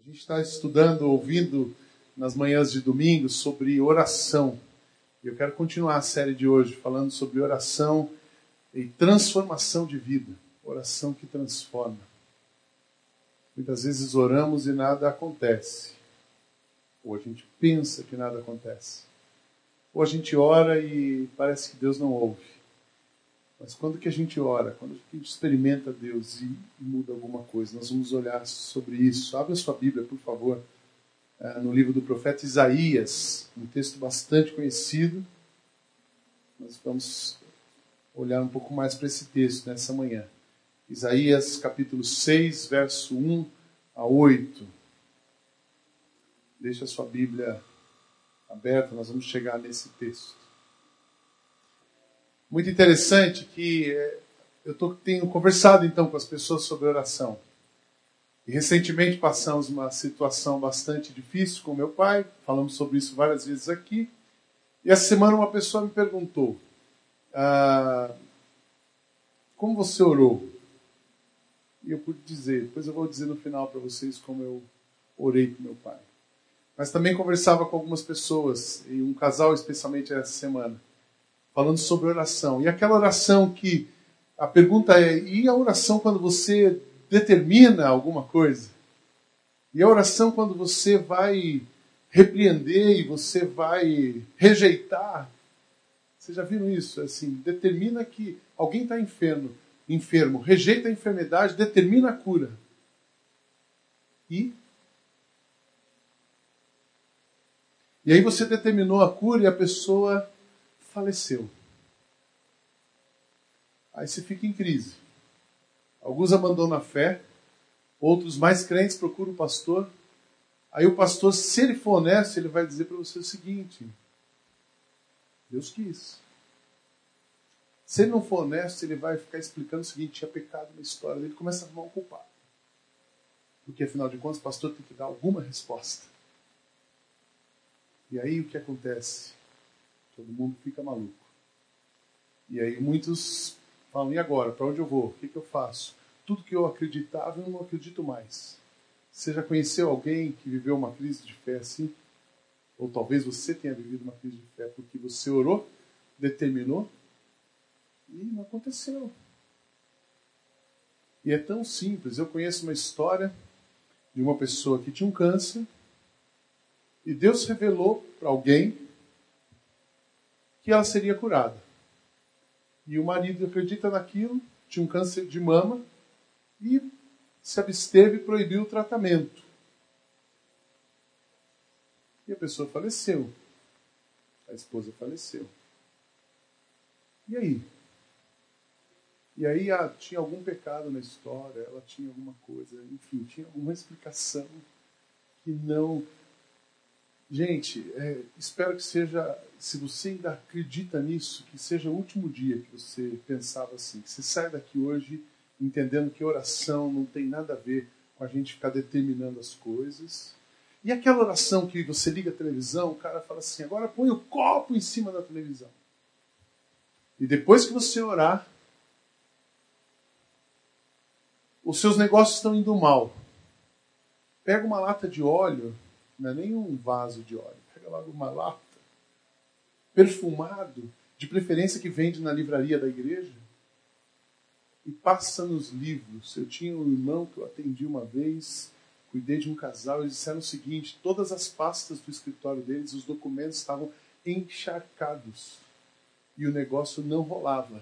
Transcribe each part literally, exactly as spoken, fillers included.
A gente está estudando, ouvindo nas manhãs de domingo sobre oração. E eu quero continuar a série de hoje falando sobre oração e transformação de vida. Oração que transforma. Muitas vezes oramos e nada acontece. Ou a gente pensa que nada acontece. Ou a gente ora e parece que Deus não ouve. Mas quando que a gente ora, quando que a gente experimenta Deus e, e muda alguma coisa, nós vamos olhar sobre isso. Abra sua Bíblia, por favor, no livro do profeta Isaías, um texto bastante conhecido. Nós vamos olhar um pouco mais para esse texto nessa manhã. Isaías capítulo seis, verso um a oito. Deixa a sua Bíblia aberta, nós vamos chegar nesse texto. Muito interessante que eu tô, tenho conversado então com as pessoas sobre oração. E recentemente passamos uma situação bastante difícil com meu pai, falamos sobre isso várias vezes aqui. E essa semana uma pessoa me perguntou, ah, como você orou? E eu pude dizer, depois eu vou dizer no final para vocês como eu orei com meu pai. Mas também conversava com algumas pessoas, e um casal especialmente essa semana, falando sobre oração. E aquela oração que a pergunta é, e a oração quando você determina alguma coisa? E a oração quando você vai repreender e você vai rejeitar? Vocês já viram isso? Assim, determina que alguém está enfermo, enfermo, rejeita a enfermidade, determina a cura. E? E aí você determinou a cura e a pessoa faleceu. Aí você fica em crise. Alguns abandonam a fé, outros mais crentes procuram o pastor. Aí o pastor, se ele for honesto, ele vai dizer para você o seguinte: Deus quis. Se ele não for honesto, ele vai ficar explicando o seguinte: tinha pecado na história. Ele começa a arrumar um culpado. Porque afinal de contas o pastor tem que dar alguma resposta. E aí o que acontece? Todo mundo fica maluco. E aí muitos falam, e agora? Para onde eu vou? O que, que eu faço? Tudo que eu acreditava, eu não acredito mais. Você já conheceu alguém que viveu uma crise de fé assim? Ou talvez você tenha vivido uma crise de fé porque você orou, determinou, e não aconteceu. E é tão simples. Eu conheço uma história de uma pessoa que tinha um câncer, e Deus revelou para alguém que ela seria curada. E o marido acredita naquilo, tinha um câncer de mama, e se absteve e proibiu o tratamento. E a pessoa faleceu. A esposa faleceu. E aí? E aí ah, tinha algum pecado na história, ela tinha alguma coisa, enfim, tinha alguma explicação que não... Gente, é, espero que seja, se você ainda acredita nisso, que seja o último dia que você pensava assim. Que você saia daqui hoje entendendo que oração não tem nada a ver com a gente ficar determinando as coisas. E aquela oração que você liga a televisão, o cara fala assim, agora põe o copo em cima da televisão. E depois que você orar, os seus negócios estão indo mal. Pega uma lata de óleo, não é nem um vaso de óleo, pega logo uma lata, perfumado, de preferência que vende na livraria da igreja, e passa nos livros. Eu tinha um irmão que eu atendi uma vez, cuidei de um casal, eles disseram o seguinte, todas as pastas do escritório deles, os documentos estavam encharcados, e o negócio não rolava.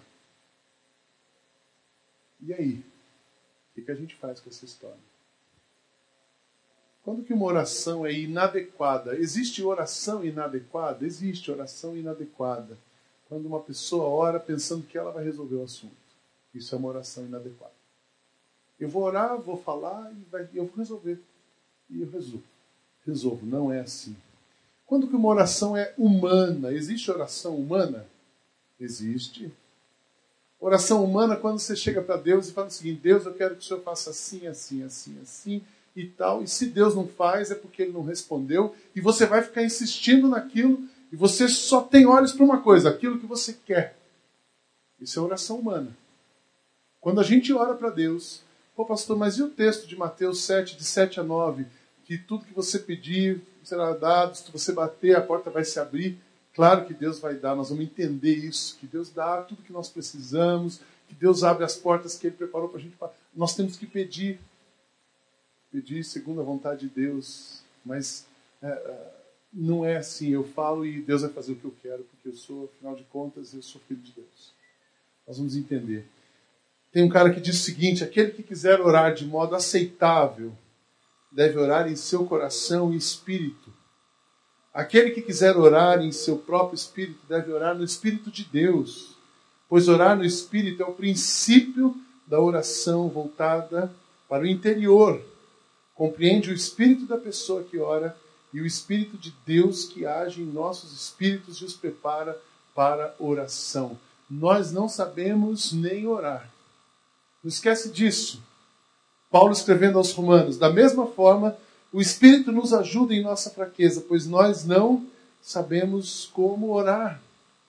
E aí? O que a gente faz com essa história? Quando que uma oração é inadequada? Existe oração inadequada? Existe oração inadequada. Quando uma pessoa ora pensando que ela vai resolver o assunto. Isso é uma oração inadequada. Eu vou orar, vou falar e vai, eu vou resolver. E eu resolvo. Resolvo. Não é assim. Quando que uma oração é humana? Existe oração humana? Existe. Oração humana quando você chega para Deus e fala o seguinte, Deus, eu quero que o Senhor faça assim, assim, assim, assim, e tal, e se Deus não faz é porque Ele não respondeu, e você vai ficar insistindo naquilo, e você só tem olhos para uma coisa, aquilo que você quer. Isso é oração humana. Quando a gente ora para Deus, pô pastor, mas e o texto de Mateus sete, de sete a nove, que tudo que você pedir será dado, se você bater, a porta vai se abrir. Claro que Deus vai dar, nós vamos entender isso, que Deus dá tudo que nós precisamos, que Deus abre as portas que Ele preparou para a gente. Nós temos que pedir, pedir segundo a vontade de Deus, mas é, não é assim, eu falo e Deus vai fazer o que eu quero, porque eu sou, afinal de contas, eu sou filho de Deus. Nós vamos entender. Tem um cara que diz o seguinte: aquele que quiser orar de modo aceitável, deve orar em seu coração e espírito. Aquele que quiser orar em seu próprio espírito, deve orar no Espírito de Deus, pois orar no Espírito é o princípio da oração voltada para o interior. Compreende o espírito da pessoa que ora e o Espírito de Deus que age em nossos espíritos e os prepara para oração. Nós não sabemos nem orar. Não esquece disso. Paulo escrevendo aos Romanos: da mesma forma, o Espírito nos ajuda em nossa fraqueza, pois nós não sabemos como orar.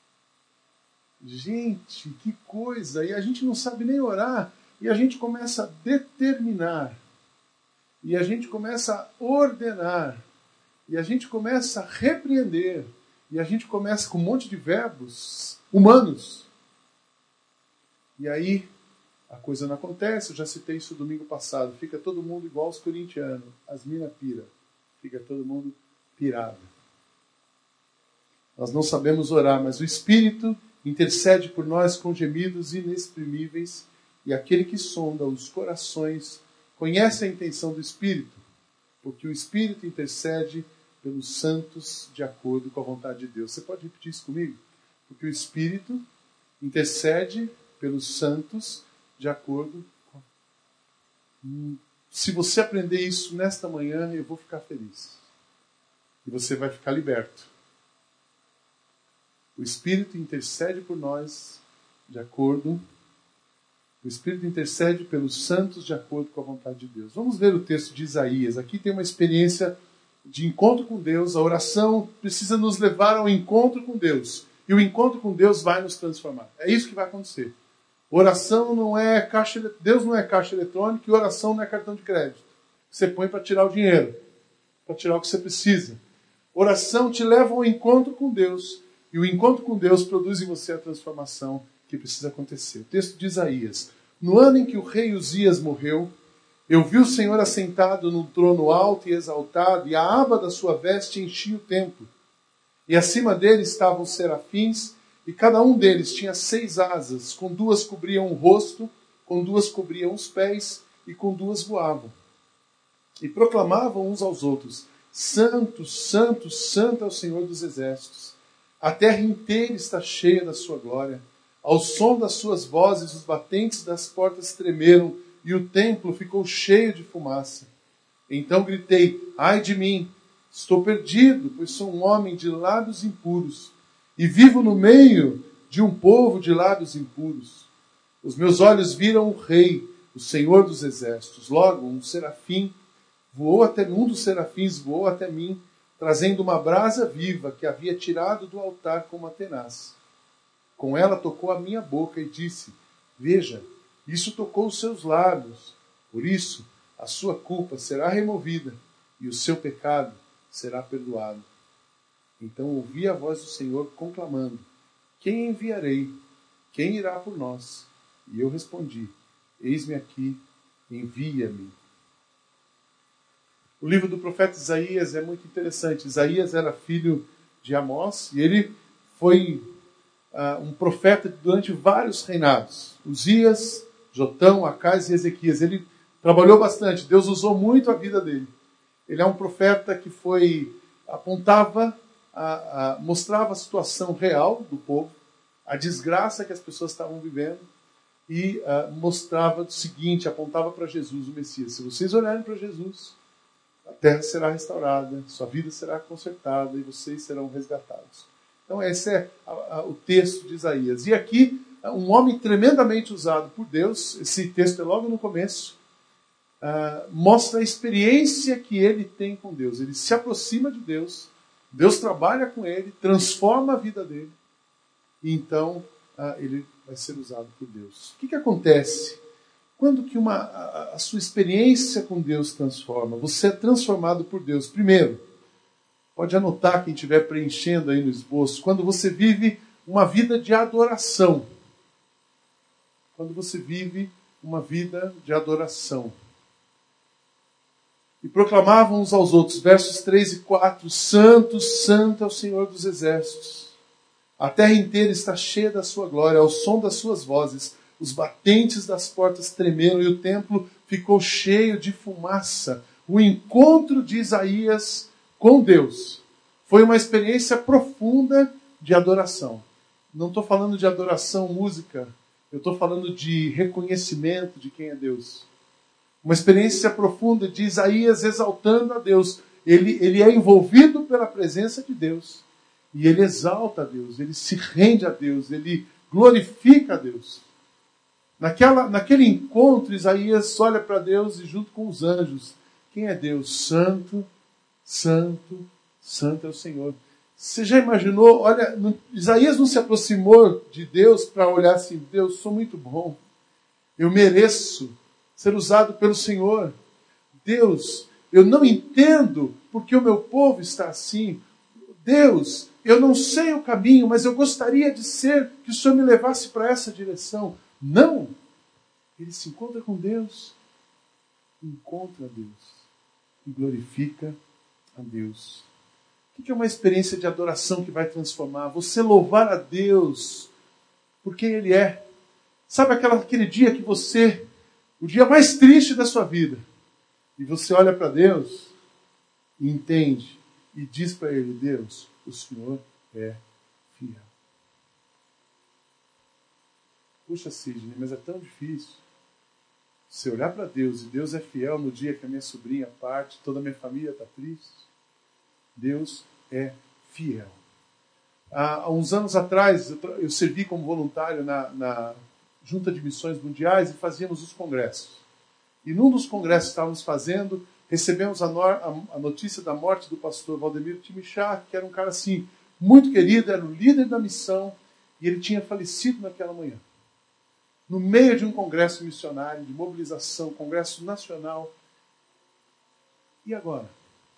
Gente, que coisa! E a gente não sabe nem orar, e a gente começa a determinar, e a gente começa a ordenar, e a gente começa a repreender, e a gente começa com um monte de verbos humanos. E aí a coisa não acontece. Eu já citei isso domingo passado. Fica todo mundo igual aos corintianos. As minas pira. Fica todo mundo pirado. Nós não sabemos orar, mas o Espírito intercede por nós com gemidos inexprimíveis, e aquele que sonda os corações conhece a intenção do Espírito, porque o Espírito intercede pelos santos de acordo com a vontade de Deus. Você pode repetir isso comigo? Porque o Espírito intercede pelos santos de acordo com... Se você aprender isso nesta manhã, eu vou ficar feliz. E você vai ficar liberto. O Espírito intercede por nós de acordo... O Espírito intercede pelos santos de acordo com a vontade de Deus. Vamos ver o texto de Isaías. Aqui tem uma experiência de encontro com Deus. A oração precisa nos levar ao encontro com Deus. E o encontro com Deus vai nos transformar. É isso que vai acontecer. Oração não é caixa... Deus não é caixa eletrônica e oração não é cartão de crédito. Você põe para tirar o dinheiro, para tirar o que você precisa. Oração te leva ao encontro com Deus. E o encontro com Deus produz em você a transformação que precisa acontecer. O texto de Isaías: no ano em que o rei Uzias morreu, eu vi o Senhor assentado num trono alto e exaltado, e a aba da sua veste enchia o templo. E acima dele estavam serafins, e cada um deles tinha seis asas, com duas cobriam o rosto, com duas cobriam os pés, e com duas voavam. E proclamavam uns aos outros: Santo, Santo, Santo é o Senhor dos exércitos. A terra inteira está cheia da sua glória. Ao som das suas vozes, os batentes das portas tremeram, e o templo ficou cheio de fumaça. Então gritei: ai de mim, estou perdido, pois sou um homem de lábios impuros, e vivo no meio de um povo de lábios impuros. Os meus olhos viram o Rei, o Senhor dos exércitos. Logo, um serafim voou até um dos serafins voou até mim, trazendo uma brasa viva que havia tirado do altar com uma tenaz. Com ela tocou a minha boca e disse: veja, isso tocou os seus lábios. Por isso, a sua culpa será removida e o seu pecado será perdoado. Então ouvi a voz do Senhor conclamando: quem enviarei? Quem irá por nós? E eu respondi: eis-me aqui, envia-me. O livro do profeta Isaías é muito interessante. Isaías era filho de Amós e ele foi uh, um profeta durante vários reinados. Uzias, Jotão, Acás e Ezequias. Ele trabalhou bastante. Deus usou muito a vida dele. Ele é um profeta que foi apontava, a, a, mostrava a situação real do povo, a desgraça que as pessoas estavam vivendo, e uh, mostrava o seguinte, apontava para Jesus, o Messias: se vocês olharem para Jesus, a terra será restaurada, sua vida será consertada e vocês serão resgatados. Então esse é a, a, o texto de Isaías. E aqui, um homem tremendamente usado por Deus, esse texto é logo no começo, uh, mostra a experiência que ele tem com Deus. Ele se aproxima de Deus, Deus trabalha com ele, transforma a vida dele, e então uh, ele vai ser usado por Deus. O que, que acontece? Quando que uma, a, a sua experiência com Deus transforma? Você é transformado por Deus. Primeiro, pode anotar quem estiver preenchendo aí no esboço, quando você vive uma vida de adoração. Quando você vive uma vida de adoração. E proclamavam uns aos outros, versos três e quatro, Santo, Santo é o Senhor dos Exércitos. A terra inteira está cheia da sua glória, ao som das suas vozes. Os batentes das portas tremeram e o templo ficou cheio de fumaça. O encontro de Isaías com Deus foi uma experiência profunda de adoração. Não estou falando de adoração, música. Eu estou falando de reconhecimento de quem é Deus. Uma experiência profunda de Isaías exaltando a Deus. Ele, ele é envolvido pela presença de Deus. E ele exalta a Deus, ele se rende a Deus, ele glorifica a Deus. Naquela, naquele encontro, Isaías olha para Deus e junto com os anjos. Quem é Deus? Santo, santo, santo é o Senhor. Você já imaginou? Olha, não, Isaías não se aproximou de Deus para olhar assim, Deus, sou muito bom. Eu mereço ser usado pelo Senhor. Deus, eu não entendo porque o meu povo está assim. Deus, eu não sei o caminho, mas eu gostaria de ser, que o Senhor me levasse para essa direção. Não! Ele se encontra com Deus, encontra a Deus e glorifica a Deus. O que é uma experiência de adoração que vai transformar? Você louvar a Deus por quem Ele é. Sabe aquela, aquele dia que você, o dia mais triste da sua vida, e você olha para Deus e entende e diz para Ele, Deus, o Senhor é fiel. Puxa, Sidney, mas é tão difícil. Se olhar para Deus e Deus é fiel no dia que a minha sobrinha parte, toda a minha família está triste. Deus é fiel. Há uns anos atrás, eu servi como voluntário na, na Junta de Missões Mundiais e fazíamos os congressos. E num dos congressos que estávamos fazendo, recebemos a, no, a, a notícia da morte do pastor Valdemiro Timichá, que era um cara assim, muito querido, era o líder da missão, e ele tinha falecido naquela manhã. No meio de um congresso missionário, de mobilização, congresso nacional. E agora?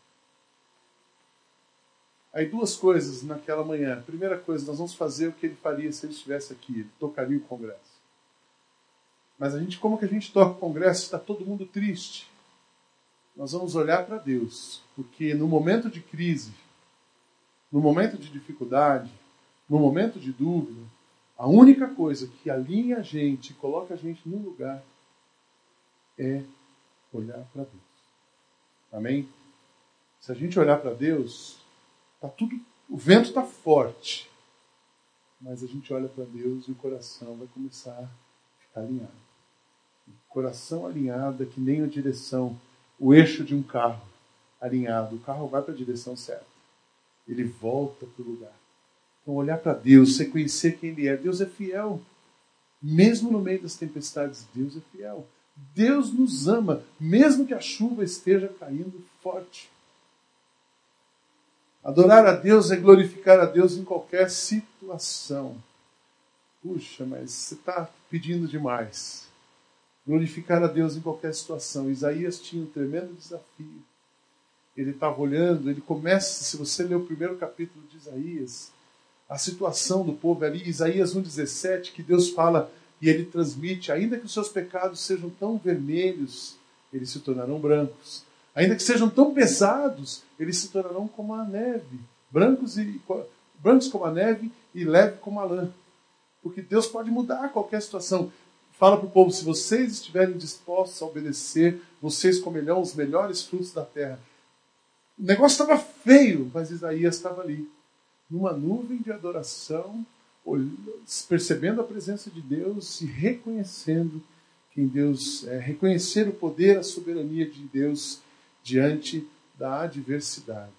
Aí duas coisas naquela manhã. Primeira coisa, nós vamos fazer o que ele faria se ele estivesse aqui. Ele tocaria o congresso. Mas a gente, como que a gente toca o congresso? Está todo mundo triste. Nós vamos olhar para Deus. Porque no momento de crise, no momento de dificuldade, no momento de dúvida, a única coisa que alinha a gente, coloca a gente no lugar, é olhar para Deus. Amém? Se a gente olhar para Deus, tá tudo, o vento está forte, mas a gente olha para Deus e o coração vai começar a ficar alinhado. O coração alinhado é que nem a direção, o eixo de um carro alinhado. O carro vai para a direção certa. Ele volta para o lugar. Então, olhar para Deus, reconhecer quem Ele é. Deus é fiel. Mesmo no meio das tempestades, Deus é fiel. Deus nos ama, mesmo que a chuva esteja caindo forte. Adorar a Deus é glorificar a Deus em qualquer situação. Puxa, mas você está pedindo demais. Glorificar a Deus em qualquer situação. Isaías tinha um tremendo desafio. Ele estava olhando, ele começa, se você ler o primeiro capítulo de Isaías, a situação do povo ali, Isaías um, dezessete, que Deus fala e ele transmite, ainda que os seus pecados sejam tão vermelhos, eles se tornarão brancos. Ainda que sejam tão pesados, eles se tornarão como a neve. Brancos, e, brancos como a neve e leve como a lã. Porque Deus pode mudar qualquer situação. Fala para o povo, se vocês estiverem dispostos a obedecer, vocês comerão os melhores frutos da terra. O negócio estava feio, mas Isaías estava ali. Numa nuvem de adoração, percebendo a presença de Deus e reconhecendo quem Deus é. Reconhecer o poder, a soberania de Deus diante da adversidade.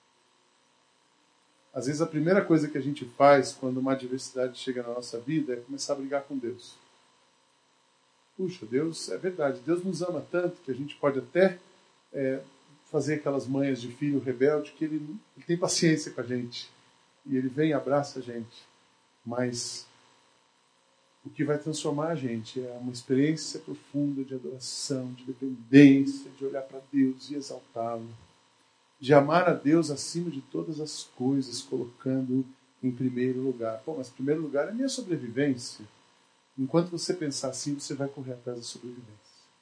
Às vezes a primeira coisa que a gente faz quando uma adversidade chega na nossa vida é começar a brigar com Deus. Puxa, Deus, é verdade, Deus nos ama tanto que a gente pode até é, fazer aquelas manhas de filho rebelde que ele, ele tem paciência com a gente. E ele vem e abraça a gente. Mas O que vai transformar a gente é uma experiência profunda de adoração, de dependência, de olhar para Deus e exaltá-lo. De amar a Deus acima de todas as coisas, colocando em primeiro lugar. Pô, mas primeiro lugar é a minha sobrevivência. Enquanto você pensar assim, você vai correr atrás da sobrevivência.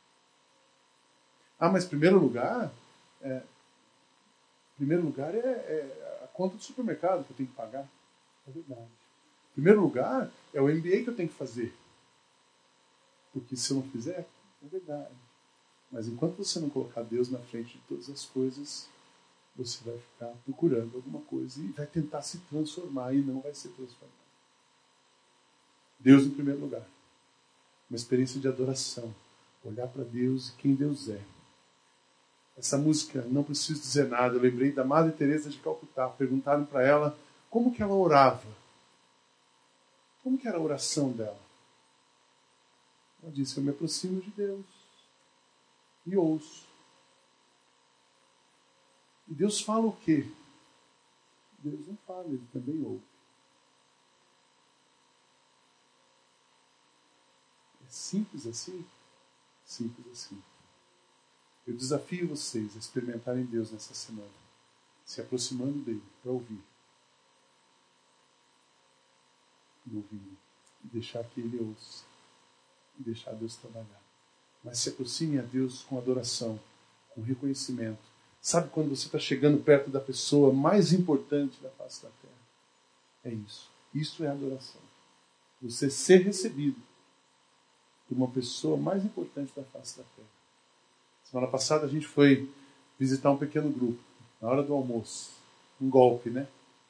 Ah, mas primeiro lugar... É, primeiro lugar é, é a conta do supermercado que eu tenho que pagar. É verdade. Primeiro lugar é o M B A que eu tenho que fazer. Porque se eu não fizer, é verdade. Mas enquanto você não colocar Deus na frente de todas as coisas, você vai ficar procurando alguma coisa e vai tentar se transformar e não vai ser transformado. Deus em primeiro lugar. Uma experiência de adoração. Olhar para Deus e quem Deus é. Essa música, não preciso dizer nada, eu lembrei da Madre Teresa de Calcutá. Perguntaram para ela como que ela orava. Como que era a oração dela? Ela disse, eu me aproximo de Deus e ouço. E Deus fala o quê? Deus não fala, Ele também ouve. É simples assim? Simples assim. Eu desafio vocês a experimentarem Deus nessa semana, se aproximando dele para ouvir. E ouvindo. E deixar que ele ouça. E deixar Deus trabalhar. Mas se aproxime a Deus com adoração, com reconhecimento. Sabe quando você está chegando perto da pessoa mais importante da face da terra? É isso. Isso é adoração. Você ser recebido por uma pessoa mais importante da face da terra. Semana passada a gente foi visitar um pequeno grupo, na hora do almoço. Um golpe, né?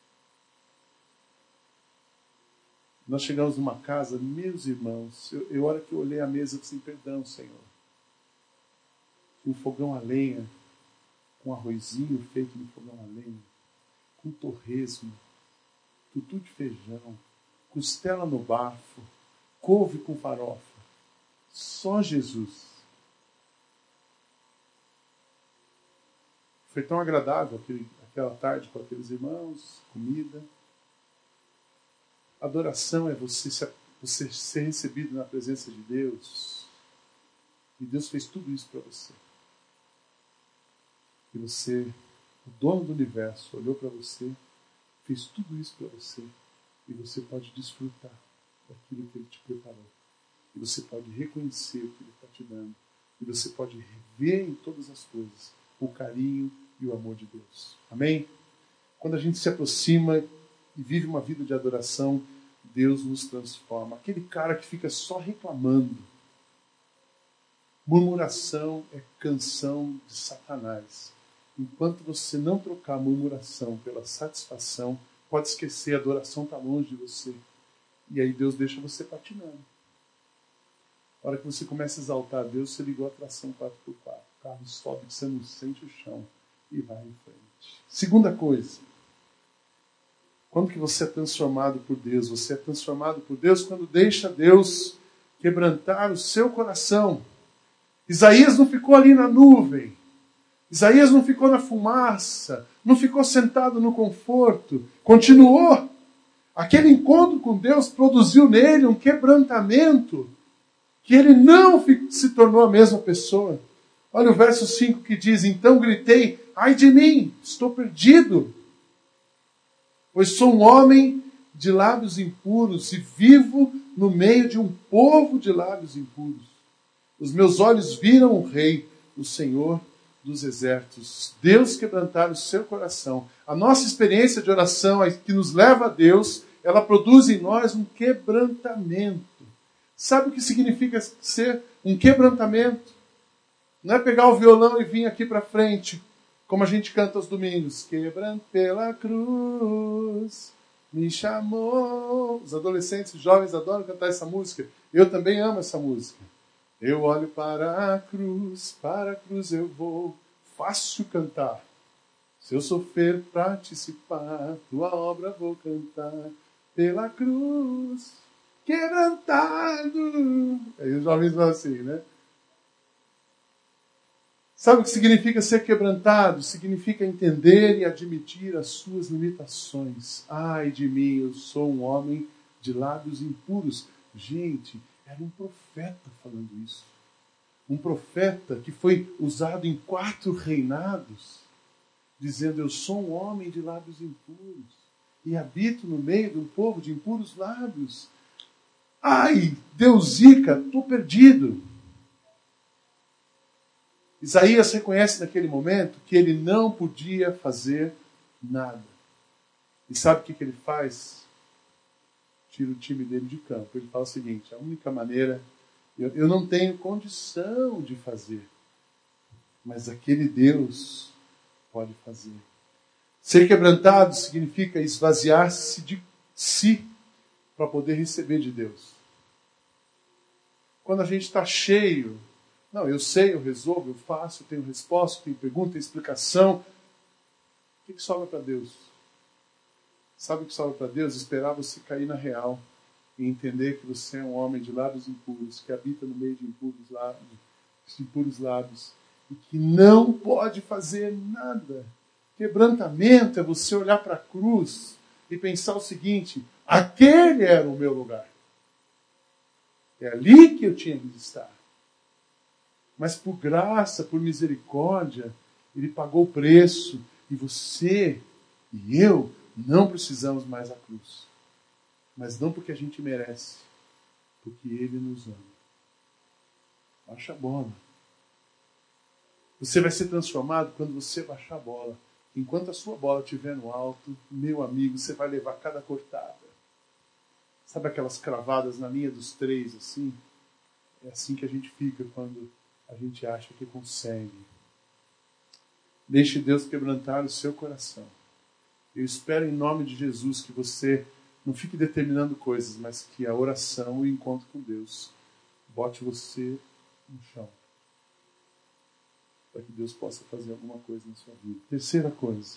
Nós chegamos numa casa, meus irmãos, eu, eu, a hora que eu olhei a mesa, eu disse, perdão, Senhor. Um fogão a lenha, com arrozinho feito no fogão a lenha, com torresmo, tutu de feijão, costela no bafo, couve com farofa. Só Jesus. Foi tão agradável aquele, aquela tarde com aqueles irmãos, comida. Adoração é você, se, você ser recebido na presença de Deus. E Deus fez tudo isso para você. E você, o dono do universo, olhou para você, fez tudo isso para você. E você pode desfrutar daquilo que Ele te preparou. E você pode reconhecer o que Ele está te dando. E você pode ver em todas as coisas o carinho e o amor de Deus. Amém? Quando a gente se aproxima e vive uma vida de adoração, Deus nos transforma. Aquele cara que fica só reclamando. Murmuração é canção de Satanás. Enquanto você não trocar a murmuração pela satisfação, pode esquecer, a adoração está longe de você. E aí Deus deixa você patinando. A hora que você começa a exaltar a Deus, você ligou a tração quatro por quatro. O carro sobe, você não sente o chão e vai em frente. Segunda coisa. Quando que você é transformado por Deus? Você é transformado por Deus quando deixa Deus quebrantar o seu coração. Isaías não ficou ali na nuvem. Isaías não ficou na fumaça. Não ficou sentado no conforto. Continuou. Aquele encontro com Deus produziu nele um quebrantamento que ele não se tornou a mesma pessoa. Olha o verso cinco que diz, então gritei, ai de mim, estou perdido. Pois sou um homem de lábios impuros e vivo no meio de um povo de lábios impuros. Os meus olhos viram o Rei, o Senhor dos exércitos. Deus quebrantar o seu coração. A nossa experiência de oração que nos leva a Deus, ela produz em nós um quebrantamento. Sabe o que significa ser um quebrantamento? Não é pegar o violão e vir aqui para frente, como a gente canta aos domingos. Quebrante pela cruz, me chamou. Os adolescentes, os jovens adoram cantar essa música. Eu também amo essa música. Eu olho para a cruz, para a cruz eu vou. Fácil cantar. Se eu sofrer participar, tua obra vou cantar. Pela cruz, quebrantado. Aí os jovens vão assim, né? Sabe o que significa ser quebrantado? Significa entender e admitir as suas limitações. Ai de mim, eu sou um homem de lábios impuros. Gente, era um profeta falando isso. Um profeta que foi usado em quatro reinados, dizendo: eu sou um homem de lábios impuros e habito no meio de um povo de impuros lábios. Ai, Deus Zica, estou perdido. Isaías reconhece naquele momento que ele não podia fazer nada. E sabe o que, que ele faz? Tira o time dele de campo. Ele fala o seguinte: a única maneira, eu, eu não tenho condição de fazer, mas aquele Deus pode fazer. Ser quebrantado significa esvaziar-se de si para poder receber de Deus. Quando a gente está cheio, não, eu sei, eu resolvo, eu faço, eu tenho resposta, eu tenho pergunta, eu tenho explicação. O que, que sobra para Deus? Sabe o que sobra para Deus? Esperar você cair na real e entender que você é um homem de lábios impuros, que habita no meio de impuros lábios, de impuros lábios, e que não pode fazer nada. Quebrantamento é você olhar para a cruz e pensar o seguinte: aquele era o meu lugar. É ali que eu tinha que estar. Mas por graça, por misericórdia, Ele pagou o preço. E você e eu não precisamos mais da cruz. Mas não porque a gente merece, porque Ele nos ama. Baixa a bola. Você vai ser transformado quando você baixar a bola. Enquanto a sua bola estiver no alto, meu amigo, você vai levar cada cortada. Sabe aquelas cravadas na linha dos três, assim? É assim que a gente fica quando a gente acha que consegue. Deixe Deus quebrantar o seu coração. Eu espero em nome de Jesus que você não fique determinando coisas, mas que a oração e o encontro com Deus bote você no chão. Para que Deus possa fazer alguma coisa na sua vida. Terceira coisa.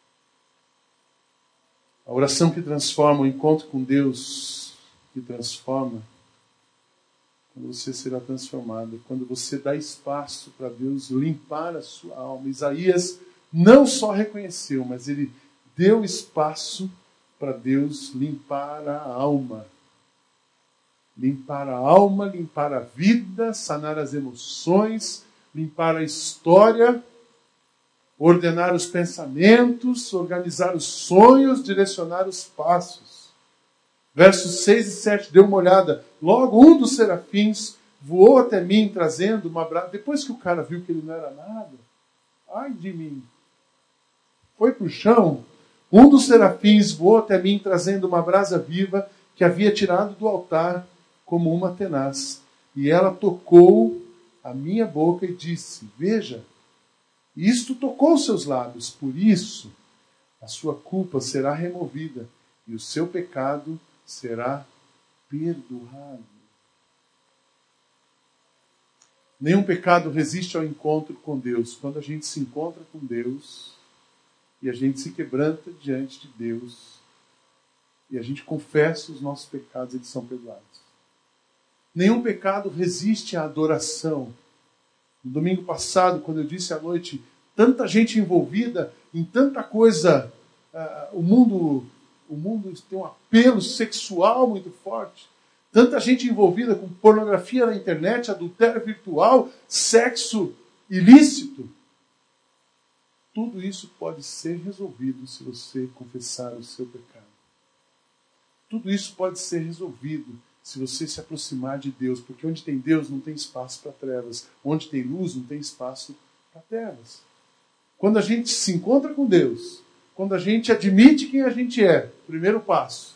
A oração que transforma, o encontro com Deus que transforma, quando você será transformado, quando você dá espaço para Deus limpar a sua alma. Isaías não só reconheceu, mas ele deu espaço para Deus limpar a alma. Limpar a alma, limpar a vida, sanar as emoções, limpar a história, ordenar os pensamentos, organizar os sonhos, direcionar os passos. Versos seis e sete, deu uma olhada. Logo um dos serafins voou até mim, trazendo uma brasa. Depois que o cara viu que ele não era nada, ai de mim, foi para o chão. Um dos serafins voou até mim, trazendo uma brasa viva que havia tirado do altar como uma tenaz. E ela tocou a minha boca e disse: veja, isto tocou os seus lábios, por isso a sua culpa será removida e o seu pecado será perdoado. Nenhum pecado resiste ao encontro com Deus. Quando a gente se encontra com Deus e a gente se quebranta diante de Deus e a gente confessa os nossos pecados, eles são perdoados. Nenhum pecado resiste à adoração. No domingo passado, quando eu disse à noite, tanta gente envolvida em tanta coisa, uh, o mundo, o mundo tem um apelo sexual muito forte. Tanta gente envolvida com pornografia na internet, adultério virtual, sexo ilícito. Tudo isso pode ser resolvido se você confessar o seu pecado. Tudo isso pode ser resolvido se você se aproximar de Deus, porque onde tem Deus não tem espaço para trevas. Onde tem luz não tem espaço para trevas. Quando a gente se encontra com Deus, quando a gente admite quem a gente é, primeiro passo.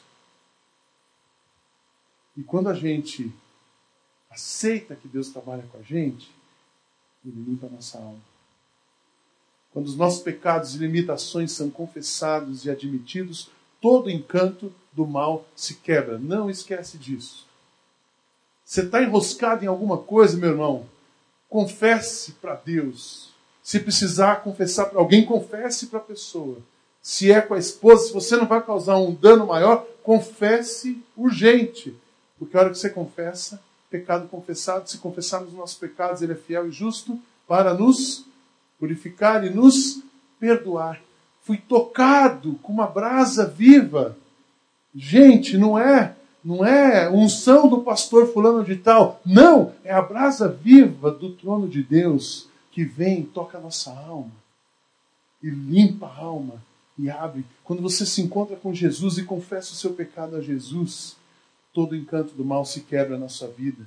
E quando a gente aceita que Deus trabalha com a gente, Ele limpa a nossa alma. Quando os nossos pecados e limitações são confessados e admitidos, todo encanto do mal se quebra. Não esquece disso. Você está enroscado em alguma coisa, meu irmão? Confesse para Deus. Se precisar confessar para alguém, confesse para a pessoa. Se é com a esposa, se você não vai causar um dano maior, confesse urgente. Porque a hora que você confessa, pecado confessado, se confessarmos os nossos pecados, Ele é fiel e justo para nos purificar e nos perdoar. Fui tocado com uma brasa viva. Gente, não é não é unção do pastor fulano de tal. Não, é a brasa viva do trono de Deus que vem, toca a nossa alma e limpa a alma e abre. Quando você se encontra com Jesus e confessa o seu pecado a Jesus, todo o encanto do mal se quebra na sua vida.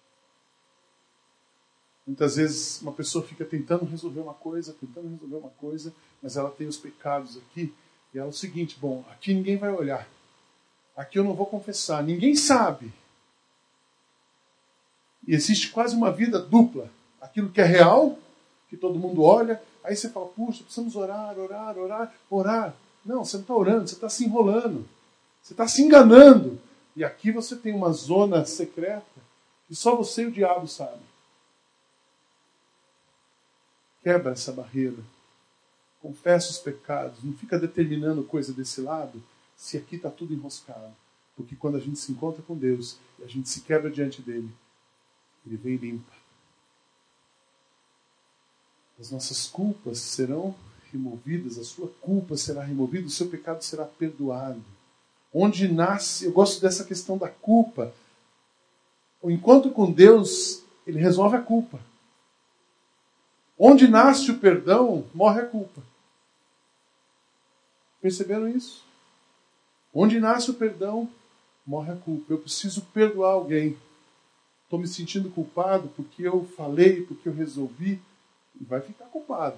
Muitas vezes uma pessoa fica tentando resolver uma coisa, tentando resolver uma coisa, mas ela tem os pecados aqui. E ela é o seguinte, bom, aqui ninguém vai olhar. Aqui eu não vou confessar, ninguém sabe. E existe quase uma vida dupla. Aquilo que é real, que todo mundo olha, aí você fala, puxa, precisamos orar, orar, orar, orar. Não, você não está orando, você está se enrolando. Você está se enganando. E aqui você tem uma zona secreta que só você e o diabo sabem. Quebra essa barreira. Confessa os pecados. Não fica determinando coisa desse lado se aqui está tudo enroscado. Porque quando a gente se encontra com Deus e a gente se quebra diante dele, ele vem e limpa. As nossas culpas serão removidas, a sua culpa será removida, o seu pecado será perdoado. Onde nasce, eu gosto dessa questão da culpa. O encontro com Deus, ele resolve a culpa. Onde nasce o perdão, morre a culpa. Perceberam isso? Onde nasce o perdão, morre a culpa. Eu preciso perdoar alguém. Estou me sentindo culpado porque eu falei, porque eu resolvi. E vai ficar culpado.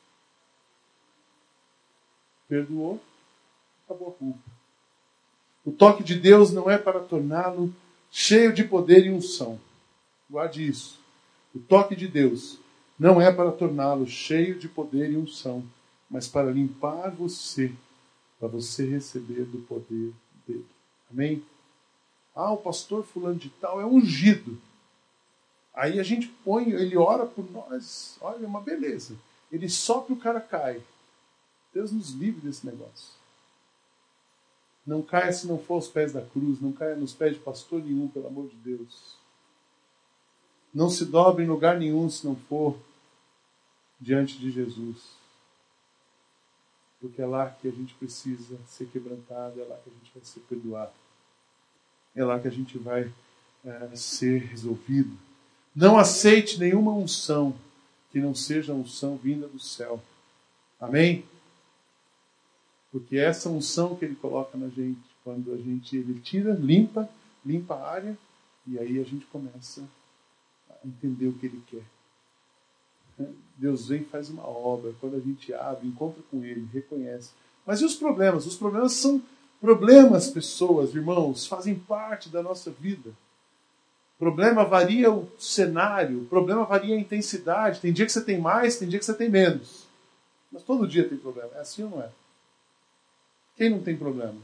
Perdoou, acabou a culpa. O toque de Deus não é para torná-lo cheio de poder e unção. Guarde isso. O toque de Deus não é para torná-lo cheio de poder e unção, mas para limpar você, para você receber do poder dele. Amém? Ah, o pastor fulano de tal é ungido. Aí a gente põe, ele ora por nós, olha, é uma beleza. Ele sopra e o cara cai. Deus nos livre desse negócio. Não caia se não for aos pés da cruz, não caia nos pés de pastor nenhum, pelo amor de Deus. Não se dobre em lugar nenhum se não for diante de Jesus. Porque é lá que a gente precisa ser quebrantado, é lá que a gente vai ser perdoado. É lá que a gente vai é, ser resolvido. Não aceite nenhuma unção que não seja a unção vinda do céu. Amém? Porque essa unção que ele coloca na gente, quando a gente, ele tira, limpa, limpa a área, e aí a gente começa a entender o que ele quer. Deus vem e faz uma obra. Quando a gente abre, encontra com ele, reconhece. Mas e os problemas? Os problemas são problemas, pessoas, irmãos, fazem parte da nossa vida. O problema varia o cenário, o problema varia a intensidade. Tem dia que você tem mais, tem dia que você tem menos. Mas todo dia tem problema. É assim ou não é? Quem não tem problema?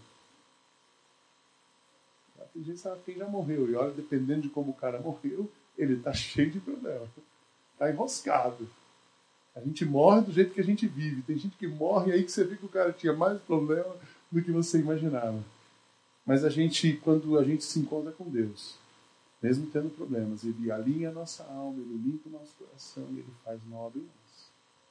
Tem gente que sabe quem já morreu. E olha, dependendo de como o cara morreu, ele está cheio de problema. Está enroscado. A gente morre do jeito que a gente vive. Tem gente que morre aí que você vê que o cara tinha mais problema do que você imaginava. Mas a gente, quando a gente se encontra com Deus, mesmo tendo problemas, ele alinha a nossa alma, ele limpa o nosso coração e ele faz uma obra em nós.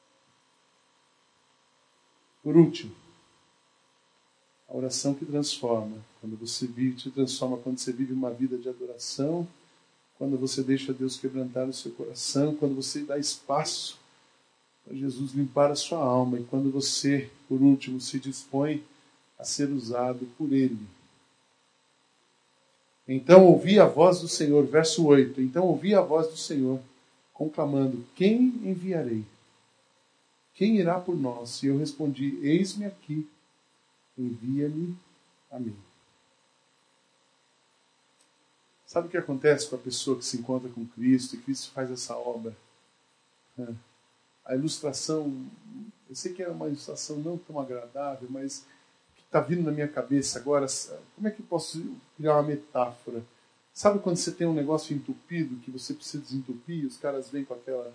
Por último, a oração que transforma. Quando você vive, te transforma quando você vive uma vida de adoração, quando você deixa Deus quebrantar o seu coração, quando você dá espaço para Jesus limpar a sua alma e quando você, por último, se dispõe a ser usado por Ele. Então ouvi a voz do Senhor, verso oito. Então ouvi a voz do Senhor, conclamando, quem enviarei? Quem irá por nós? E eu respondi, eis-me aqui, envia-me a mim. Sabe o que acontece com a pessoa que se encontra com Cristo e Cristo faz essa obra? A ilustração, eu sei que é uma ilustração não tão agradável, mas que está vindo na minha cabeça agora, como é que eu posso criar uma metáfora? Sabe quando você tem um negócio entupido que você precisa desentupir e os caras vêm com aquela...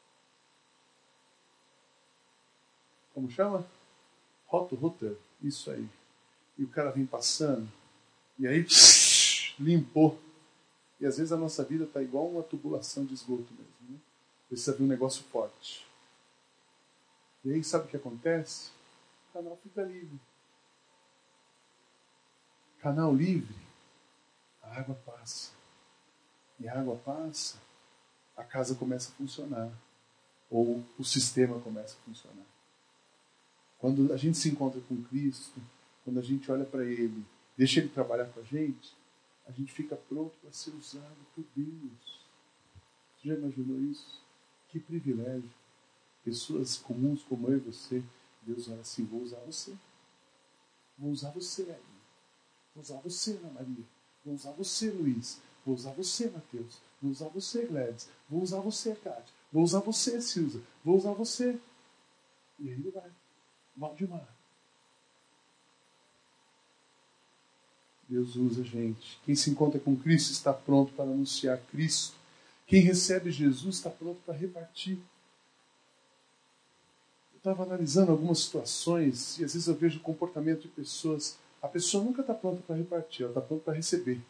Como chama? Roto-Rutter. Isso aí. E o cara vem passando, e aí limpou. E às vezes a nossa vida está igual uma tubulação de esgoto mesmo. Né? Precisa vir um negócio forte. E aí sabe o que acontece? O canal fica livre. Canal livre a água passa. E a água passa, a casa começa a funcionar. Ou o sistema começa a funcionar. Quando a gente se encontra com Cristo, quando a gente olha para Ele, deixa Ele trabalhar com a gente, a gente fica pronto para ser usado por Deus. Você já imaginou isso? Que privilégio. Pessoas comuns como eu e você, Deus olha assim, vou usar você. Vou usar você aí. Vou usar você, Ana Maria. Vou usar você, Luiz. Vou usar você, Mateus. Vou usar você, Gladys. Vou usar você, Kátia. Vou usar você, Silza. Vou usar você. E aí ele vai. Valdemar. Deus usa a gente. Quem se encontra com Cristo está pronto para anunciar Cristo. Quem recebe Jesus está pronto para repartir. Eu estava analisando algumas situações e às vezes eu vejo o comportamento de pessoas. A pessoa nunca está pronta para repartir, ela está pronta para receber.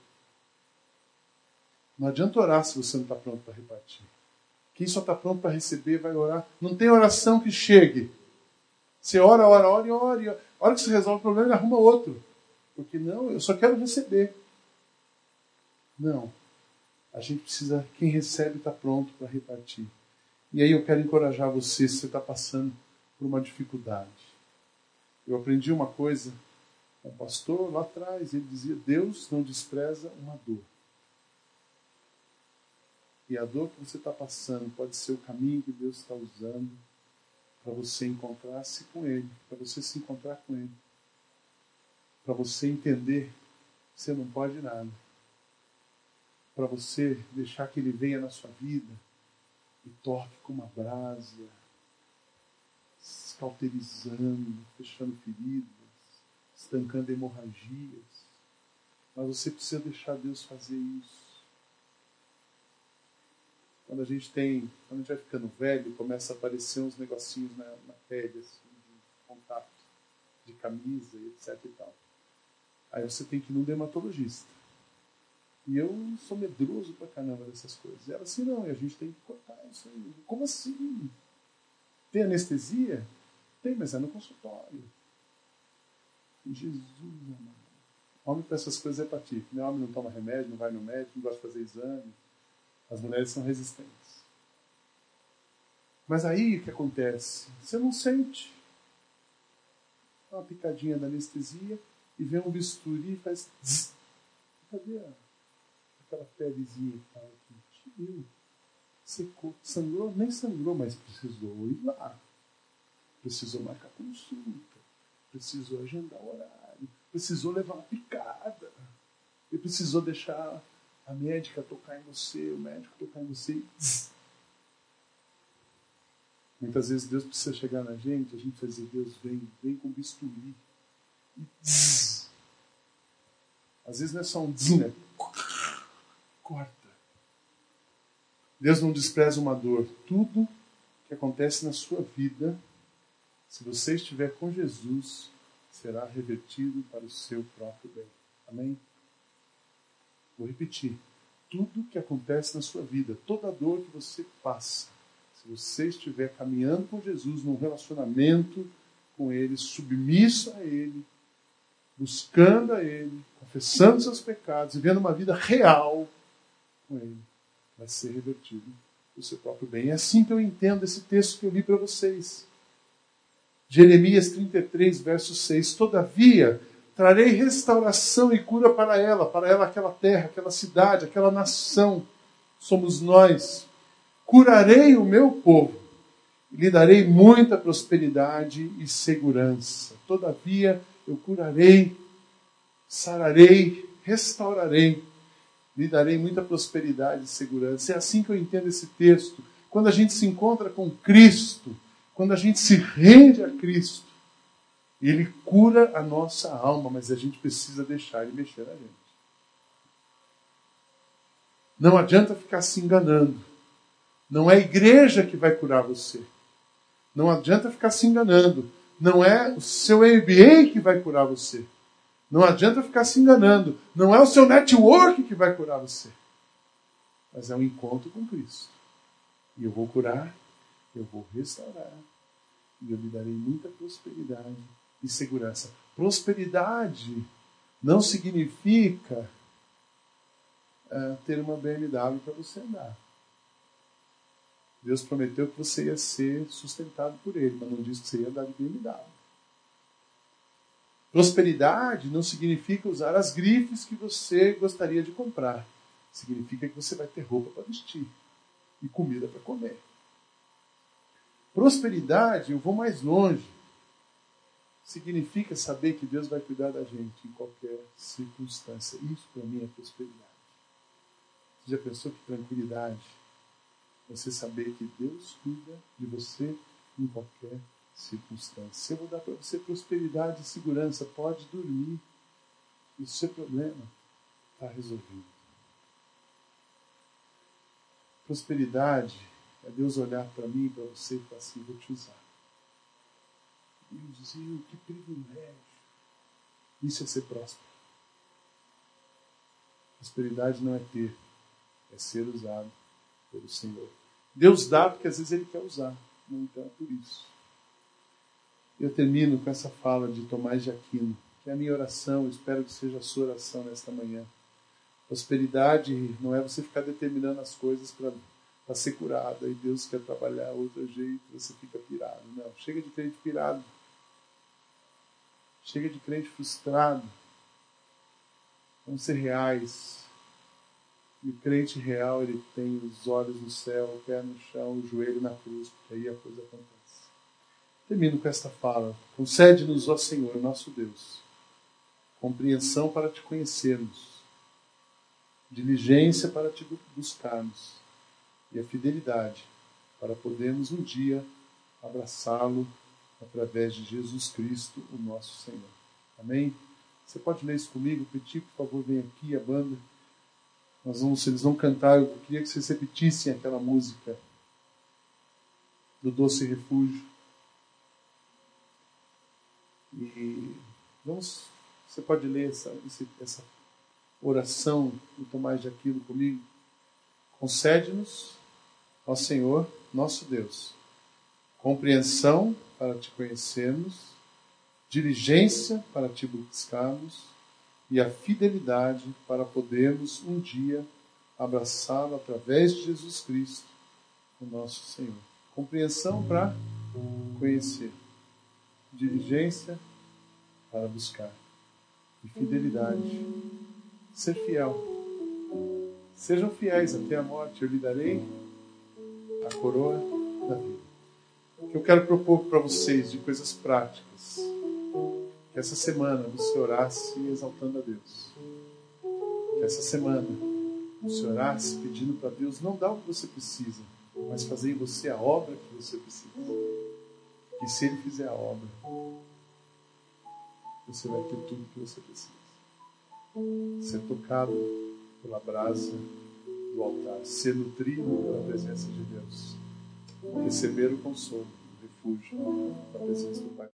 Não adianta orar se você não está pronto para repartir. Quem só está pronto para receber vai orar. Não tem oração que chegue. Você ora, ora, ora e ora. E ora. A hora que você resolve o problema, ele arruma outro. Porque não, eu só quero receber. Não. A gente precisa, quem recebe está pronto para repartir. E aí eu quero encorajar você, se você está passando por uma dificuldade. Eu aprendi uma coisa com um pastor lá atrás, ele dizia, Deus não despreza uma dor. E a dor que você está passando pode ser o caminho que Deus está usando para você encontrar-se com Ele, para você se encontrar com Ele, para você entender que você não pode nada, para você deixar que Ele venha na sua vida e toque com uma brasa, cauterizando, fechando feridas, estancando hemorragias. Mas você precisa deixar Deus fazer isso. Quando a gente tem, quando a gente vai ficando velho, começa a aparecer uns negocinhos na, na pele, assim, de contato, de camisa, etc e tal. Aí você tem que ir num dermatologista. E eu sou medroso pra caramba dessas coisas. E ela assim, não, e a gente tem que cortar isso aí. Como assim? Tem anestesia? Tem, mas é no consultório. Jesus, amado. Homem para essas coisas é patife. Né? Homem não toma remédio, não vai no médico, não gosta de fazer exame. As mulheres são resistentes. Mas aí o que acontece? Você não sente. Dá uma picadinha da anestesia e vem um bisturi e faz... Zzz. Cadê aquela pelezinha que estava aqui? Sumiu. Secou. Sangrou? Nem sangrou, mas precisou ir lá. Precisou marcar consulta. Precisou agendar o horário. Precisou levar uma picada. E precisou deixar a médica tocar em você, o médico tocar em você. Zzz. Muitas vezes Deus precisa chegar na gente, a gente vai dizer, Deus vem, vem com bisturi. E zzz. Às vezes não é só um zzz, né? Corta. Deus não despreza uma dor. Tudo que acontece na sua vida, se você estiver com Jesus, será revertido para o seu próprio bem. Amém? Vou repetir. Tudo que acontece na sua vida, toda dor que você passa, se você estiver caminhando com Jesus, num relacionamento com Ele, submisso a Ele, buscando a Ele, confessando seus pecados, vivendo uma vida real com Ele, vai ser revertido para o seu próprio bem. É assim que eu entendo esse texto que eu li para vocês. Jeremias trinta e três, verso seis. Todavia, trarei restauração e cura para ela, para ela aquela terra, aquela cidade, aquela nação. Somos nós. Curarei o meu povo e lhe darei muita prosperidade e segurança. Todavia, eu curarei, sararei, restaurarei, lhe darei muita prosperidade e segurança. É assim que eu entendo esse texto. Quando a gente se encontra com Cristo, quando a gente se rende a Cristo, Ele cura a nossa alma, mas a gente precisa deixar Ele mexer na gente. Não adianta ficar se enganando. Não é a igreja que vai curar você. Não adianta ficar se enganando. Não é o seu M B A que vai curar você. Não adianta ficar se enganando. Não é o seu network que vai curar você. Mas é um encontro com Cristo. E eu vou curar, eu vou restaurar. E eu lhe darei muita prosperidade e segurança. Prosperidade não significa uh, ter uma B M W para você andar. Deus prometeu que você ia ser sustentado por Ele, mas não disse que você ia andar de B M W. Prosperidade não significa usar as grifes que você gostaria de comprar. Significa que você vai ter roupa para vestir e comida para comer. Prosperidade, eu vou mais longe, significa saber que Deus vai cuidar da gente em qualquer circunstância. Isso para mim é prosperidade. Você já pensou que tranquilidade? Você saber que Deus cuida de você em qualquer circunstância. Eu vou dar para você prosperidade e segurança. Pode dormir. E o seu problema está resolvido. Prosperidade é Deus olhar para mim e para você e falar assim, vou te usar. Deusinho, que privilégio. Isso é ser próspero. Prosperidade não é ter, é ser usado pelo Senhor. Deus dá porque às vezes Ele quer usar. Não então é por isso. Eu termino com essa fala de Tomás de Aquino, que é a minha oração, eu espero que seja a sua oração nesta manhã. Prosperidade não é você ficar determinando as coisas para ser curado, e Deus quer trabalhar outro jeito, você fica pirado. Não, chega de crente pirado. Chega de crente frustrado. Vamos ser reais. E o crente real, ele tem os olhos no céu, o pé no chão, o joelho na cruz, porque aí a coisa acontece. Termino com esta fala. Concede-nos, ó Senhor, nosso Deus, compreensão para te conhecermos, diligência para te buscarmos e a fidelidade para podermos um dia abraçá-lo através de Jesus Cristo, o nosso Senhor. Amém? Você pode ler isso comigo? Pedir, por favor, vem aqui a banda. Nós vamos, eles vão cantar, eu queria que vocês repetissem aquela música do Doce Refúgio. E vamos, você pode ler essa, essa oração do Tomás de Aquino comigo? Concede-nos, ó Senhor, nosso Deus, compreensão para te conhecermos, diligência para te buscarmos e a fidelidade para podermos um dia abraçá-lo através de Jesus Cristo, o nosso Senhor. Compreensão para conhecer, diligência para buscar e fidelidade. Ser fiel. Sejam fiéis até a morte, eu lhe darei a coroa da vida. O que eu quero propor para vocês de coisas práticas, que essa semana você orasse exaltando a Deus. Que essa semana você orasse pedindo para Deus não dar o que você precisa, mas fazer em você a obra que você precisa. E se Ele fizer a obra, você vai ter tudo que você precisa. Ser tocado pela brasa do altar, ser nutrido pela presença de Deus, receber o consolo, o refúgio da presença do Pai.